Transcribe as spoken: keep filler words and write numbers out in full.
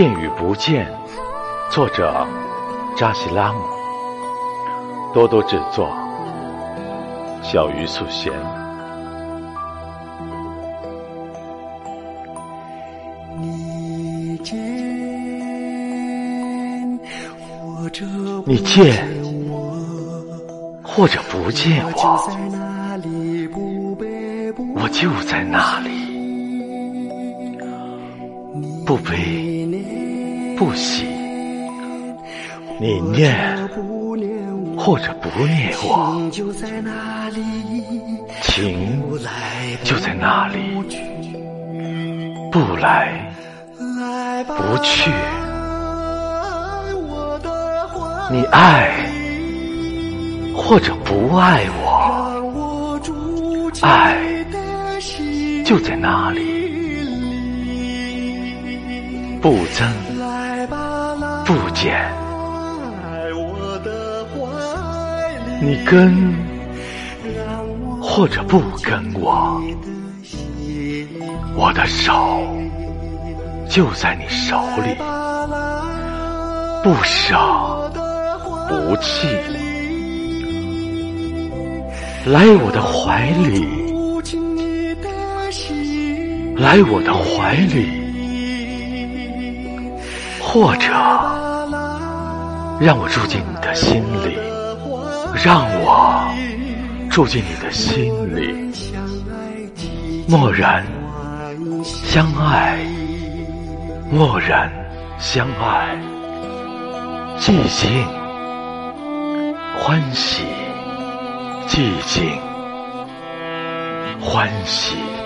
见与不见，作者扎西拉姆。多多制作，小鱼素贤。 你见或者你见或者不见我，我就在那里，不悲不喜。你念或者不念我，情就在那里，不来不去。你爱或者不爱我，爱就在那里，不增不减。你跟或者不跟我，我的手就在你手里，不舍不弃。来我的怀里，来我的怀里，或者让我住进你的心里，让我住进你的心里，默然相爱，默然相爱，寂静欢喜，寂静欢喜。